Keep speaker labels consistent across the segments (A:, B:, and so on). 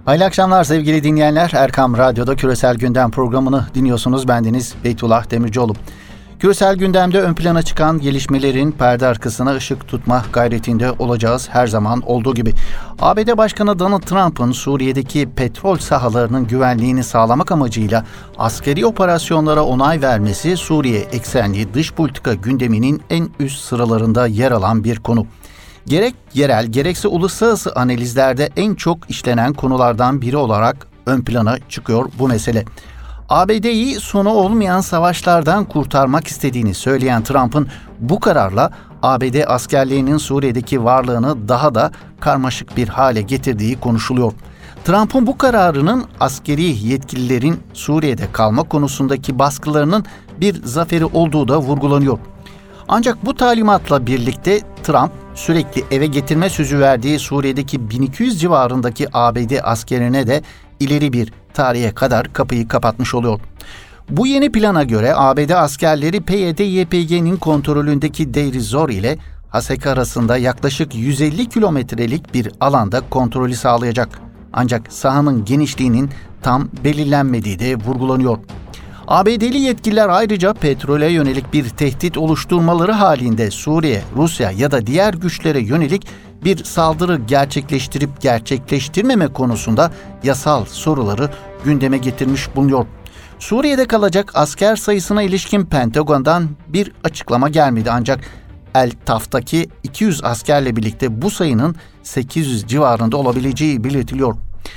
A: Hayırlı akşamlar sevgili dinleyenler. Erkam Radyo'da Küresel Gündem programını dinliyorsunuz. Bendeniz Beytullah Demircioğlu. Küresel gündemde ön plana çıkan gelişmelerin perde arkasına ışık tutma gayretinde olacağız her zaman olduğu gibi. ABD Başkanı Donald Trump'ın Suriye'deki petrol sahalarının güvenliğini sağlamak amacıyla askeri operasyonlara onay vermesi Suriye eksenli dış politika gündeminin en üst sıralarında yer alan bir konu. Gerek yerel gerekse uluslararası analizlerde en çok işlenen konulardan biri olarak ön plana çıkıyor bu mesele. ABD'yi sonu olmayan savaşlardan kurtarmak istediğini söyleyen Trump'ın bu kararla ABD askerlerinin Suriye'deki varlığını daha da karmaşık bir hale getirdiği konuşuluyor. Trump'ın bu kararının askeri yetkililerin Suriye'de kalma konusundaki baskılarının bir zaferi olduğu da vurgulanıyor. Ancak bu talimatla birlikte Trump sürekli eve getirme sözü verdiği Suriye'deki 1200 civarındaki ABD askerine de ileri bir tarihe kadar kapıyı kapatmış oluyor. Bu yeni plana göre ABD askerleri PYD-YPG'nin kontrolündeki Deir ez-Zor ile Haseka arasında yaklaşık 150 kilometrelik bir alanda kontrolü sağlayacak. Ancak sahanın genişliğinin tam belirlenmediği de vurgulanıyor. ABD'li yetkililer ayrıca petrole yönelik bir tehdit oluşturmaları halinde Suriye, Rusya ya da diğer güçlere yönelik bir saldırı gerçekleştirip gerçekleştirmeme konusunda yasal soruları gündeme getirmiş bulunuyor. Suriye'de kalacak asker sayısına ilişkin Pentagon'dan bir açıklama gelmedi ancak El Taf'taki 200 askerle birlikte bu sayının 800 civarında olabileceği belirtiliyor.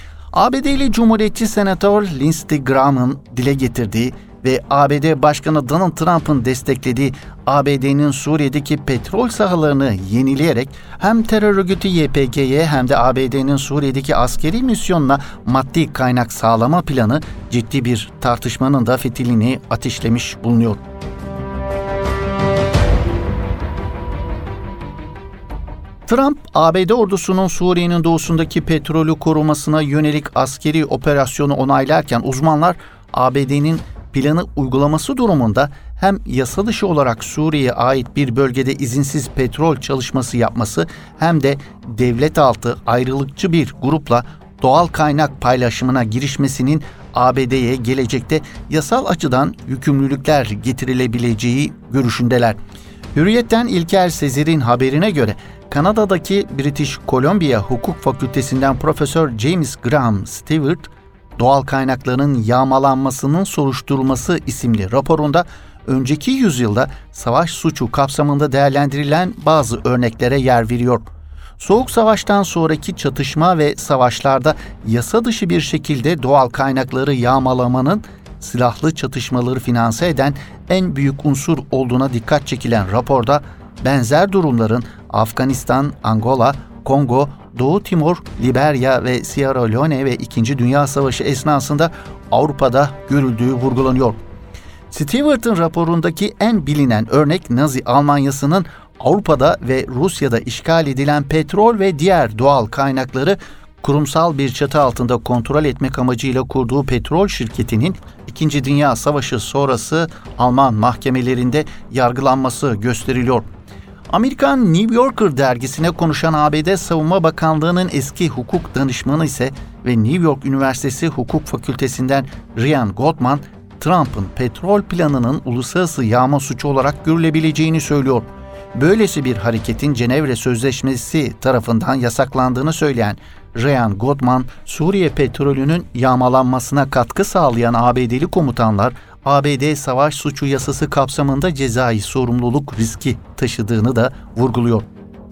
A: ABD'li Cumhuriyetçi Senatör Lindsey Graham'ın dile getirdiği ve ABD Başkanı Donald Trump'ın desteklediği ABD'nin Suriye'deki petrol sahalarını yenileyerek hem terör örgütü YPG'ye hem de ABD'nin Suriye'deki askeri misyonuna maddi kaynak sağlama planı ciddi bir tartışmanın da fitilini ateşlemiş bulunuyor. Trump, ABD ordusunun Suriye'nin doğusundaki petrolü korumasına yönelik askeri operasyonu onaylarken uzmanlar ABD'nin planı uygulaması durumunda hem yasa dışı olarak Suriye'ye ait bir bölgede izinsiz petrol çalışması yapması hem de devlet altı ayrılıkçı bir grupla doğal kaynak paylaşımına girişmesinin ABD'ye gelecekte yasal açıdan yükümlülükler getirilebileceği görüşündeler. Hürriyet'ten İlker Sezer'in haberine göre Kanada'daki British Columbia Hukuk Fakültesinden Profesör James Graham Stewart, Doğal Kaynakların Yağmalanmasının Soruşturulması isimli raporunda önceki yüzyılda savaş suçu kapsamında değerlendirilen bazı örneklere yer veriyor. Soğuk Savaş'tan sonraki çatışma ve savaşlarda yasa dışı bir şekilde doğal kaynakları yağmalamanın silahlı çatışmaları finanse eden en büyük unsur olduğuna dikkat çekilen raporda benzer durumların Afganistan, Angola, Kongo, Doğu Timor, Liberya ve Sierra Leone ve 2. Dünya Savaşı esnasında Avrupa'da görüldüğü vurgulanıyor. Stewart'ın raporundaki en bilinen örnek Nazi Almanyası'nın Avrupa'da ve Rusya'da işgal edilen petrol ve diğer doğal kaynakları kurumsal bir çatı altında kontrol etmek amacıyla kurduğu petrol şirketinin 2. Dünya Savaşı sonrası Alman mahkemelerinde yargılanması gösteriliyor. Amerikan New Yorker dergisine konuşan ABD Savunma Bakanlığı'nın eski hukuk danışmanı ise ve New York Üniversitesi Hukuk Fakültesinden Ryan Goldman, Trump'ın petrol planının uluslararası yağma suçu olarak görülebileceğini söylüyor. Böylesi bir hareketin Cenevre Sözleşmesi tarafından yasaklandığını söyleyen Ryan Goldman, Suriye petrolünün yağmalanmasına katkı sağlayan ABD'li komutanlar, ABD savaş suçu yasası kapsamında cezai sorumluluk riski taşıdığını da vurguluyor.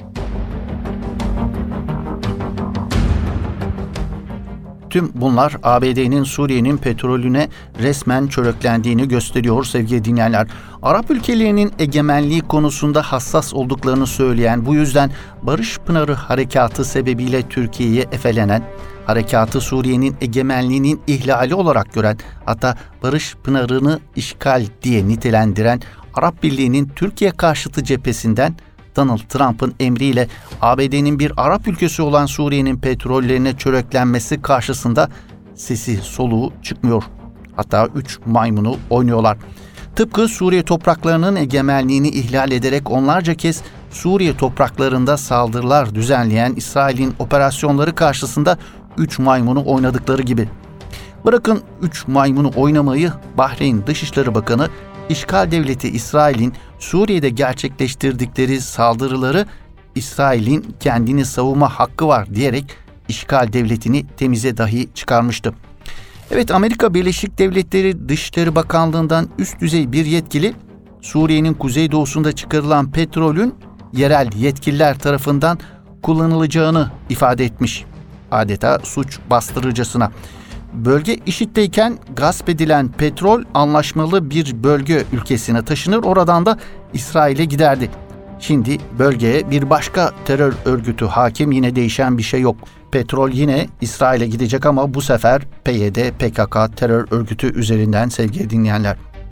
A: Tüm bunlar ABD'nin Suriye'nin petrolüne resmen çöreklendiğini gösteriyor sevgili dinleyenler. Arap ülkelerinin egemenliği konusunda hassas olduklarını söyleyen, bu yüzden Barış Pınarı Harekatı sebebiyle Türkiye'ye efelenen, harekatı Suriye'nin egemenliğinin ihlali olarak gören, hatta Barış Pınarı'nı işgal diye nitelendiren Arap Birliği'nin Türkiye karşıtı cephesinden Donald Trump'ın emriyle ABD'nin bir Arap ülkesi olan Suriye'nin petrollerine çöreklenmesi karşısında sesi soluğu çıkmıyor. Hatta 3 maymunu oynuyorlar. Tıpkı Suriye topraklarının egemenliğini ihlal ederek onlarca kez Suriye topraklarında saldırılar düzenleyen İsrail'in operasyonları karşısında 3 maymunu oynadıkları gibi. Bırakın 3 maymunu oynamayı, Bahreyn Dışişleri Bakanı, işgal devleti İsrail'in Suriye'de gerçekleştirdikleri saldırıları İsrail'in kendini savunma hakkı var diyerek işgal devletini temize dahi çıkarmıştı. Evet, Amerika Birleşik Devletleri Dışişleri Bakanlığı'ndan üst düzey bir yetkili, Suriye'nin kuzeydoğusunda çıkarılan petrolün yerel yetkililer tarafından kullanılacağını ifade etmiş. Adeta suç bastırıcısına. Bölge IŞİD'deyken gasp edilen petrol anlaşmalı bir bölge ülkesine taşınır, oradan da İsrail'e giderdi. Şimdi bölgeye bir başka terör örgütü hakim, yine değişen bir şey yok. Petrol yine İsrail'e gidecek ama bu sefer PYD, PKK terör örgütü üzerinden sevgili dinleyenler.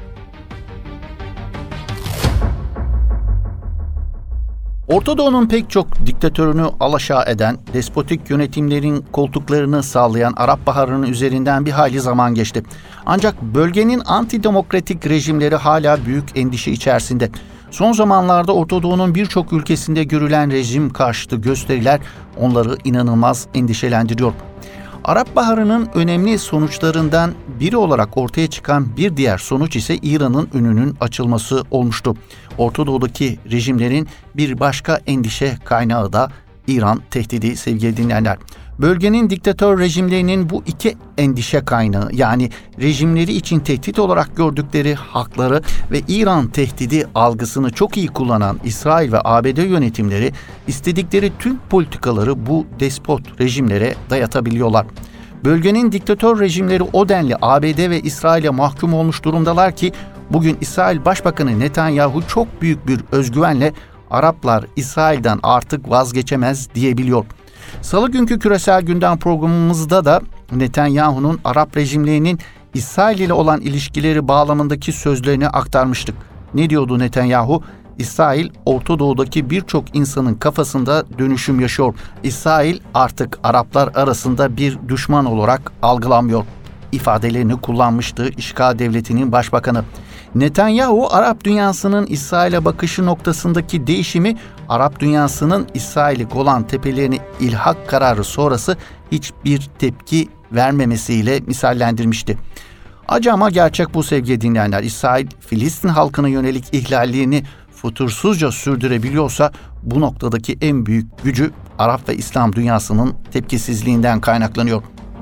A: Orta Doğu'nun pek çok diktatörünü alaşağı eden, despotik yönetimlerin koltuklarını sağlayan Arap Baharı'nın üzerinden bir hayli zaman geçti. Ancak bölgenin antidemokratik rejimleri hala büyük endişe içerisinde. Son zamanlarda Orta Doğu'nun birçok ülkesinde görülen rejim karşıtı gösteriler onları inanılmaz endişelendiriyor. Arap Baharı'nın önemli sonuçlarından biri olarak ortaya çıkan bir diğer sonuç ise İran'ın önünün açılması olmuştu. Orta Doğu'daki rejimlerin bir başka endişe kaynağı da İran tehdidi sevgili dinleyenler. Bölgenin diktatör rejimlerinin bu iki endişe kaynağı, yani rejimleri için tehdit olarak gördükleri hakları ve İran tehdidi algısını çok iyi kullanan İsrail ve ABD yönetimleri istedikleri tüm politikaları bu despot rejimlere dayatabiliyorlar. Bölgenin diktatör rejimleri o denli ABD ve İsrail'e mahkum olmuş durumdalar ki bugün İsrail Başbakanı Netanyahu çok büyük bir özgüvenle Araplar İsrail'den artık vazgeçemez diyebiliyor. Salı günkü küresel gündem programımızda da Netanyahu'nun Arap rejimlerinin İsrail ile olan ilişkileri bağlamındaki sözlerini aktarmıştık. Ne diyordu Netanyahu? İsrail, Orta Doğu'daki birçok insanın kafasında dönüşüm yaşıyor. İsrail artık Araplar arasında bir düşman olarak algılanmıyor ifadelerini kullanmıştı işgal devletinin başbakanı. Netanyahu, Arap dünyasının İsrail'e bakışı noktasındaki değişimi, Arap dünyasının İsrail'i Golan Tepelerini ilhak kararı sonrası hiçbir tepki vermemesiyle misallendirmişti. Acı ama gerçek bu sevgili dinleyenler. İsrail, Filistin halkına yönelik ihlallerini fütursuzca sürdürebiliyorsa bu noktadaki en büyük gücü Arap ve İslam dünyasının tepkisizliğinden kaynaklanıyor.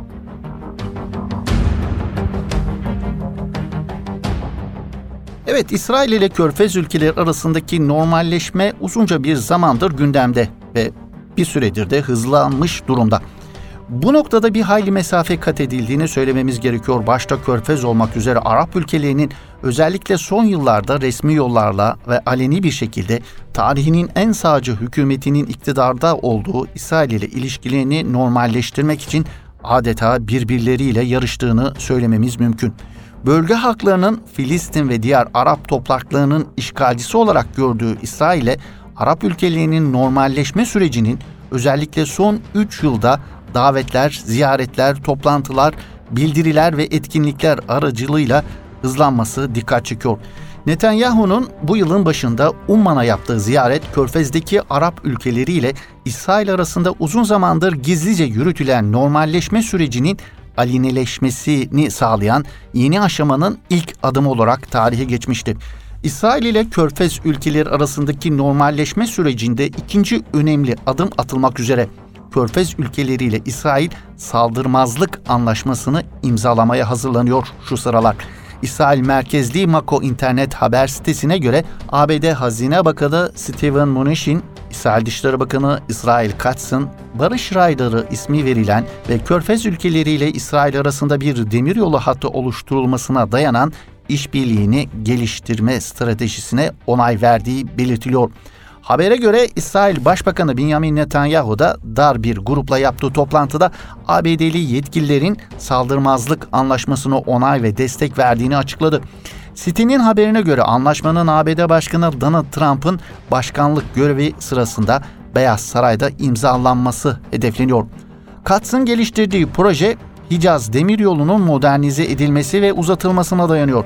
A: Evet, İsrail ile Körfez ülkeleri arasındaki normalleşme uzunca bir zamandır gündemde ve bir süredir de hızlanmış durumda. Bu noktada bir hayli mesafe kat edildiğini söylememiz gerekiyor. Başta Körfez olmak üzere Arap ülkelerinin özellikle son yıllarda resmi yollarla ve aleni bir şekilde tarihinin en sağcı hükümetinin iktidarda olduğu İsrail ile ilişkilerini normalleştirmek için adeta birbirleriyle yarıştığını söylememiz mümkün. Bölge halklarının Filistin ve diğer Arap topraklarının işgalcisi olarak gördüğü İsrail'e Arap ülkelerinin normalleşme sürecinin özellikle son 3 yılda davetler, ziyaretler, toplantılar, bildiriler ve etkinlikler aracılığıyla hızlanması dikkat çekiyor. Netanyahu'nun bu yılın başında Umman'a yaptığı ziyaret, Körfez'deki Arap ülkeleriyle İsrail arasında uzun zamandır gizlice yürütülen normalleşme sürecinin alineleşmesini sağlayan yeni aşamanın ilk adımı olarak tarihe geçmişti. İsrail ile Körfez ülkeleri arasındaki normalleşme sürecinde ikinci önemli adım atılmak üzere. Körfez ülkeleriyle İsrail saldırmazlık anlaşmasını imzalamaya hazırlanıyor şu sıralar. İsrail merkezli Mako internet haber sitesine göre ABD Hazine Bakanı Steven Mnuchin, İsrail Dışişleri Bakanı Israel Katz'ın Barış Rayları ismi verilen ve Körfez ülkeleriyle İsrail arasında bir demiryolu hattı oluşturulmasına dayanan işbirliğini geliştirme stratejisine onay verdiği belirtiliyor. Habere göre İsrail Başbakanı Benjamin Netanyahu da dar bir grupla yaptığı toplantıda ABD'li yetkililerin saldırmazlık anlaşmasına onay ve destek verdiğini açıkladı. Sitenin haberine göre anlaşmanın ABD Başkanı Donald Trump'ın başkanlık görevi sırasında Beyaz Saray'da imzalanması hedefleniyor. Katz'ın geliştirdiği proje Hicaz Demiryolu'nun modernize edilmesi ve uzatılmasına dayanıyor.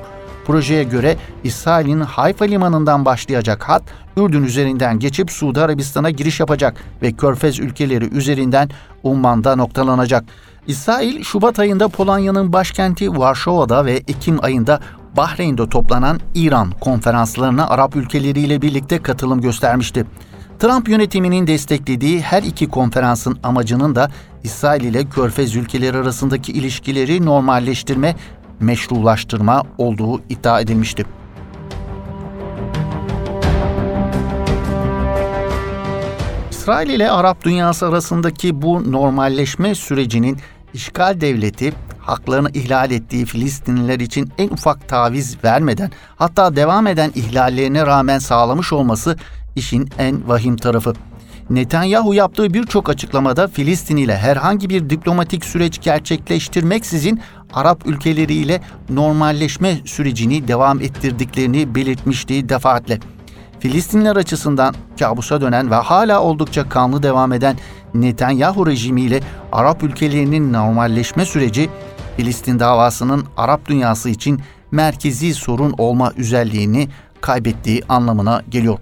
A: Projeye göre İsrail'in Hayfa limanından başlayacak hat, Ürdün üzerinden geçip Suudi Arabistan'a giriş yapacak ve Körfez ülkeleri üzerinden Umman'da noktalanacak. İsrail, Şubat ayında Polonya'nın başkenti Varşova'da ve Ekim ayında Bahreyn'de toplanan İran konferanslarına Arap ülkeleriyle birlikte katılım göstermişti. Trump yönetiminin desteklediği her iki konferansın amacının da İsrail ile Körfez ülkeleri arasındaki ilişkileri normalleştirme, meşrulaştırma olduğu iddia edilmişti. İsrail ile Arap dünyası arasındaki bu normalleşme sürecinin işgal devleti haklarını ihlal ettiği Filistinliler için en ufak taviz vermeden, hatta devam eden ihlallerine rağmen sağlamış olması işin en vahim tarafı. Netanyahu yaptığı birçok açıklamada Filistin ile herhangi bir diplomatik süreç gerçekleştirmeksizin Arap ülkeleriyle normalleşme sürecini devam ettirdiklerini belirtmişti defaatle. Filistinler açısından kabusa dönen ve hala oldukça kanlı devam eden Netanyahu rejimiyle Arap ülkelerinin normalleşme süreci, Filistin davasının Arap dünyası için merkezi sorun olma özelliğini kaybettiği anlamına geliyor.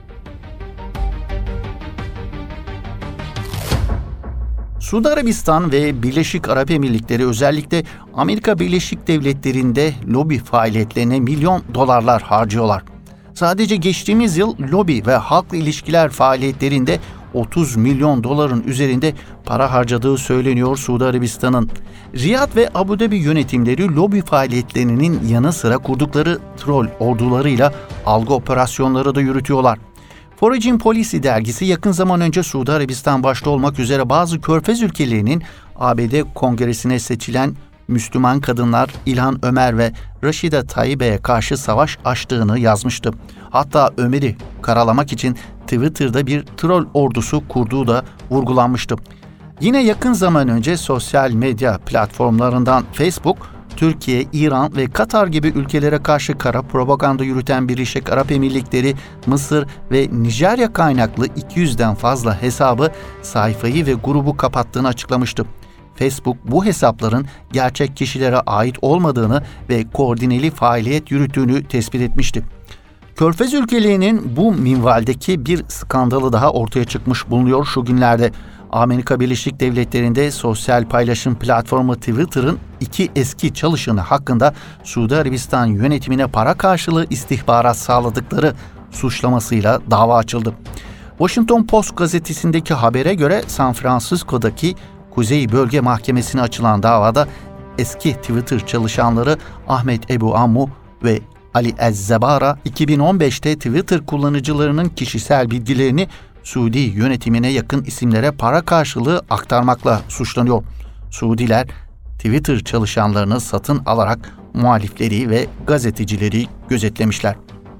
A: Suudi Arabistan ve Birleşik Arap Emirlikleri özellikle Amerika Birleşik Devletleri'nde lobi faaliyetlerine milyon dolarlar harcıyorlar. Sadece geçtiğimiz yıl lobi ve halkla ilişkiler faaliyetlerinde 30 milyon doların üzerinde para harcadığı söyleniyor Suudi Arabistan'ın. Riyad ve Abu Dhabi yönetimleri lobi faaliyetlerinin yanı sıra kurdukları troll ordularıyla algı operasyonları da yürütüyorlar. Foreign Policy dergisi yakın zaman önce Suudi Arabistan başta olmak üzere bazı Körfez ülkelerinin ABD Kongresi'ne seçilen Müslüman kadınlar İlhan Ömer ve Raşida Tayyibe'ye karşı savaş açtığını yazmıştı. Hatta Ömer'i karalamak için Twitter'da bir troll ordusu kurduğu da vurgulanmıştı. Yine yakın zaman önce sosyal medya platformlarından Facebook, Türkiye, İran ve Katar gibi ülkelere karşı kara propaganda yürüten Birleşik Arap Emirlikleri, Mısır ve Nijerya kaynaklı 200'den fazla hesabı, sayfayı ve grubu kapattığını açıklamıştı. Facebook bu hesapların gerçek kişilere ait olmadığını ve koordineli faaliyet yürüttüğünü tespit etmişti. Körfez ülkelerinin bu minvaldeki bir skandalı daha ortaya çıkmış bulunuyor şu günlerde. Amerika Birleşik Devletleri'nde sosyal paylaşım platformu Twitter'ın 2 eski çalışanı hakkında Suudi Arabistan yönetimine para karşılığı istihbarat sağladıkları suçlamasıyla dava açıldı. Washington Post gazetesindeki habere göre San Francisco'daki Kuzey Bölge Mahkemesi'ne açılan davada eski Twitter çalışanları Ahmet Ebu Ammu ve Ali Ez-Zebara 2015'te Twitter kullanıcılarının kişisel bilgilerini Suudi yönetimine yakın isimlere para karşılığı aktarmakla suçlanıyor. Suudiler Twitter çalışanlarını satın alarak muhalifleri ve gazetecileri gözetlemişler.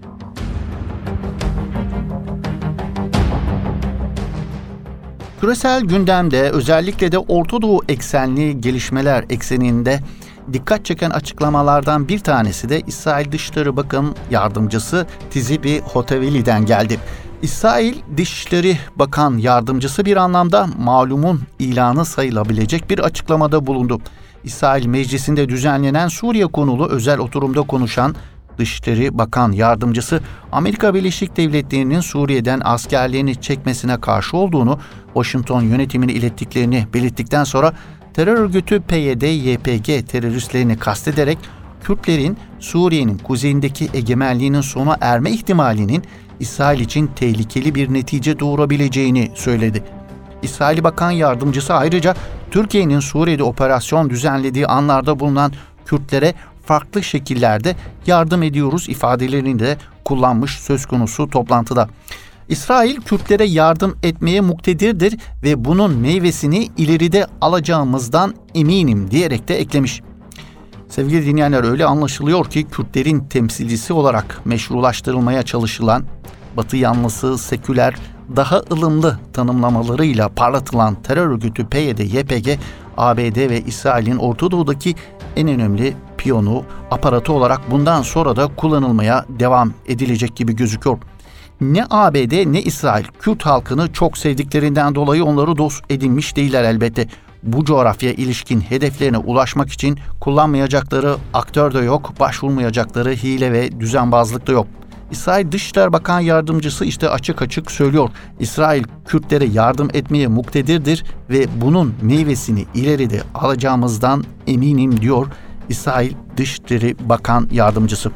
A: Küresel gündemde özellikle de Orta Doğu eksenli gelişmeler ekseninde dikkat çeken açıklamalardan bir tanesi de İsrail Dışişleri Bakanı Yardımcısı Tzipi Hotoveli'den geldi. İsrail Dışişleri Bakan Yardımcısı bir anlamda malumun ilanı sayılabilecek bir açıklamada bulundu. İsrail Meclisi'nde düzenlenen Suriye konulu özel oturumda konuşan Dışişleri Bakan Yardımcısı, Amerika Birleşik Devletleri'nin Suriye'den askerlerini çekmesine karşı olduğunu, Washington yönetimine ilettiklerini belirttikten sonra terör örgütü PYD-YPG teröristlerini kastederek Kürtlerin Suriye'nin kuzeyindeki egemenliğinin sona erme ihtimalinin İsrail için tehlikeli bir netice doğurabileceğini söyledi. İsrail Bakan Yardımcısı ayrıca Türkiye'nin Suriye'de operasyon düzenlediği anlarda bulunan Kürtlere farklı şekillerde yardım ediyoruz ifadelerini de kullanmış söz konusu toplantıda. İsrail Kürtlere yardım etmeye muktedirdir ve bunun meyvesini ileride alacağımızdan eminim diyerek de eklemiş. Sevgili dinleyenler, öyle anlaşılıyor ki Kürtlerin temsilcisi olarak meşrulaştırılmaya çalışılan Batı yanlısı, seküler, daha ılımlı tanımlamalarıyla parlatılan terör örgütü PYD-YPG, ABD ve İsrail'in Orta Doğu'daki en önemli piyonu, aparatı olarak bundan sonra da kullanılmaya devam edilecek gibi gözüküyor. Ne ABD ne İsrail Kürt halkını çok sevdiklerinden dolayı onları dost edinmiş değiller elbette. bu coğrafyaya ilişkin hedeflerine ulaşmak için kullanmayacakları aktör de yok, başvurmayacakları hile ve düzenbazlık da yok. İsrail Dışişleri Bakan Yardımcısı işte açık açık söylüyor. İsrail Kürtlere yardım etmeye muktedirdir ve bunun meyvesini ileride alacağımızdan eminim diyor İsrail Dışişleri Bakan Yardımcısı.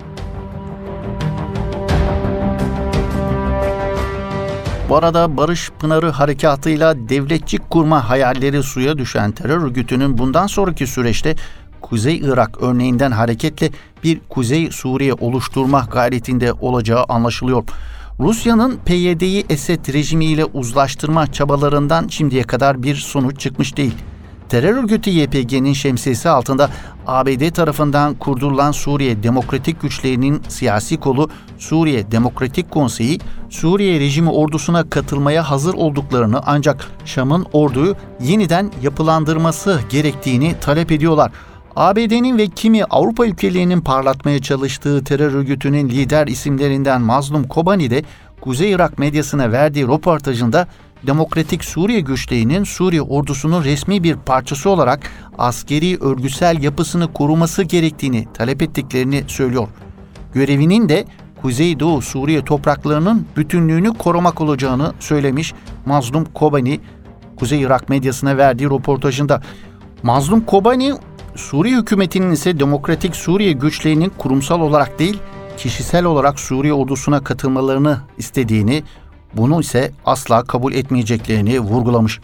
A: Bu arada Barış Pınarı harekatıyla devletçik kurma hayalleri suya düşen terör örgütünün bundan sonraki süreçte Kuzey Irak örneğinden hareketle bir Kuzey Suriye oluşturma gayretinde olacağı anlaşılıyor. Rusya'nın PYD'yi Esed rejimiyle uzlaştırma çabalarından şimdiye kadar bir sonuç çıkmış değil. Terör örgütü YPG'nin şemsiyesi altında ABD tarafından kurdurulan Suriye Demokratik Güçlerinin siyasi kolu Suriye Demokratik Konseyi, Suriye rejimi ordusuna katılmaya hazır olduklarını ancak Şam'ın orduyu yeniden yapılandırması gerektiğini talep ediyorlar. ABD'nin ve kimi Avrupa ülkelerinin parlatmaya çalıştığı terör örgütünün lider isimlerinden Mazlum Kobani de Kuzey Irak medyasına verdiği röportajında Demokratik Suriye güçlerinin Suriye ordusunun resmi bir parçası olarak askeri örgütsel yapısını koruması gerektiğini talep ettiklerini söylüyor. Görevinin de Kuzeydoğu Suriye topraklarının bütünlüğünü korumak olacağını söylemiş Mazlum Kobani, Kuzey Irak medyasına verdiği röportajında. Mazlum Kobani, Suriye hükümetinin ise Demokratik Suriye güçlerinin kurumsal olarak değil, kişisel olarak Suriye ordusuna katılmalarını istediğini, bunu ise asla kabul etmeyeceklerini vurgulamış.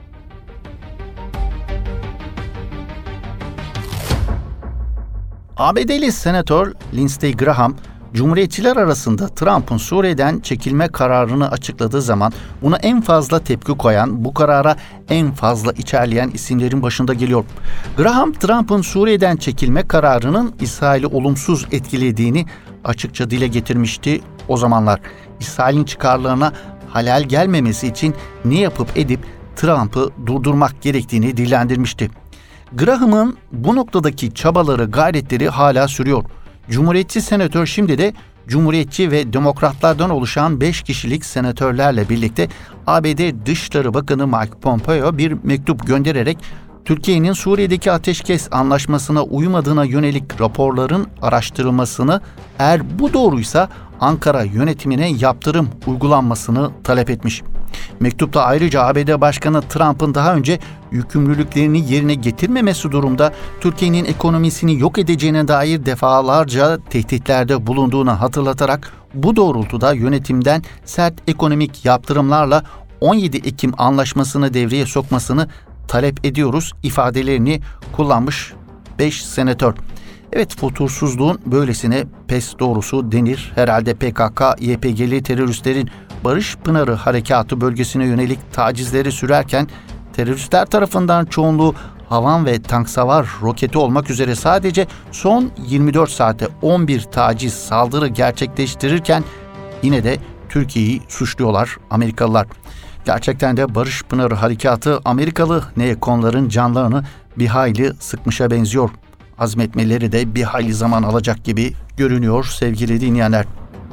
A: ABD'li senatör Lindsey Graham, Cumhuriyetçiler arasında Trump'ın Suriye'den çekilme kararını açıkladığı zaman buna en fazla tepki koyan, bu karara en fazla içerleyen isimlerin başında geliyor. Graham, Trump'ın Suriye'den çekilme kararının İsrail'i olumsuz etkilediğini açıkça dile getirmişti o zamanlar. İsrail'in çıkarlarına halal gelmemesi için ne yapıp edip Trump'ı durdurmak gerektiğini dillendirmişti. Graham'ın bu noktadaki çabaları, gayretleri hala sürüyor. Cumhuriyetçi senatör şimdi de Cumhuriyetçi ve Demokratlardan oluşan 5 kişilik senatörlerle birlikte ABD Dışişleri Bakanı Mike Pompeo bir mektup göndererek Türkiye'nin Suriye'deki ateşkes anlaşmasına uymadığına yönelik raporların araştırılmasını, eğer bu doğruysa Ankara yönetimine yaptırım uygulanmasını talep etmiş. Mektupta ayrıca ABD Başkanı Trump'ın daha önce yükümlülüklerini yerine getirmemesi durumda Türkiye'nin ekonomisini yok edeceğine dair defalarca tehditlerde bulunduğunu hatırlatarak bu doğrultuda yönetimden sert ekonomik yaptırımlarla 17 Ekim anlaşmasını devreye sokmasını talep ediyoruz ifadelerini kullanmış 5 senatör. Evet, fütursuzluğun böylesine pes doğrusu denir. Herhalde PKK-YPG'li teröristlerin Barış Pınarı Harekatı bölgesine yönelik tacizleri sürerken teröristler tarafından çoğunluğu havan ve tanksavar roketi olmak üzere sadece son 24 saate 11 taciz saldırı gerçekleştirirken yine de Türkiye'yi suçluyorlar Amerikalılar. Gerçekten de Barış Pınarı Harekatı Amerikalı neokonların canlarını bir hayli sıkmışa benziyor. Azmetmeleri de bir hayli zaman alacak gibi görünüyor sevgili dinleyenler.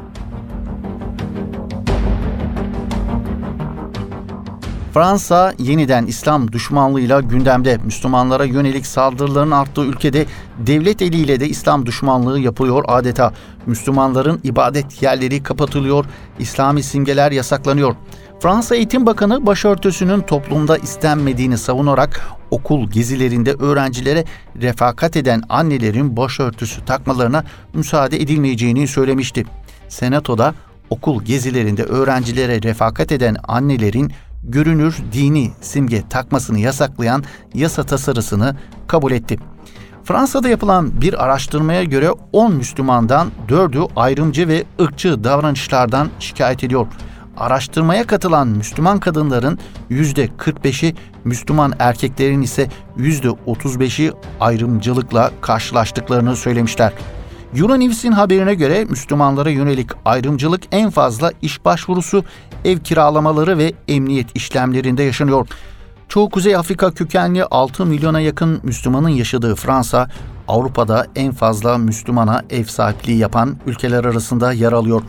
A: Fransa yeniden İslam düşmanlığıyla gündemde. Müslümanlara yönelik saldırıların arttığı ülkede devlet eliyle de İslam düşmanlığı yapılıyor adeta. Müslümanların ibadet yerleri kapatılıyor, İslami simgeler yasaklanıyor. Fransa Eğitim Bakanı başörtüsünün toplumda istenmediğini savunarak okul gezilerinde öğrencilere refakat eden annelerin başörtüsü takmalarına müsaade edilmeyeceğini söylemişti. Senatoda okul gezilerinde öğrencilere refakat eden annelerin görünür dini simge takmasını yasaklayan yasa tasarısını kabul etti. Fransa'da yapılan bir araştırmaya göre 10 Müslümandan 4'ü ayrımcı ve ırkçı davranışlardan şikayet ediyor. Araştırmaya katılan Müslüman kadınların %45'i, Müslüman erkeklerin ise %35'i ayrımcılıkla karşılaştıklarını söylemişler. Euronews'in haberine göre Müslümanlara yönelik ayrımcılık en fazla iş başvurusu, ev kiralamaları ve emniyet işlemlerinde yaşanıyor. Çoğu Kuzey Afrika kökenli 6 milyona yakın Müslümanın yaşadığı Fransa, Avrupa'da en fazla Müslümana ev sahipliği yapan ülkeler arasında yer alıyor.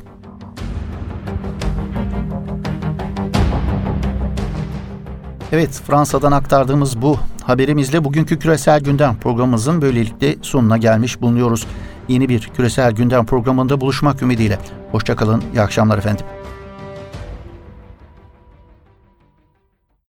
A: Evet, Fransa'dan aktardığımız bu haberimizle bugünkü Küresel Gündem programımızın böylelikle sonuna gelmiş bulunuyoruz. Yeni bir Küresel Gündem programında buluşmak ümidiyle. Hoşça kalın, iyi akşamlar efendim.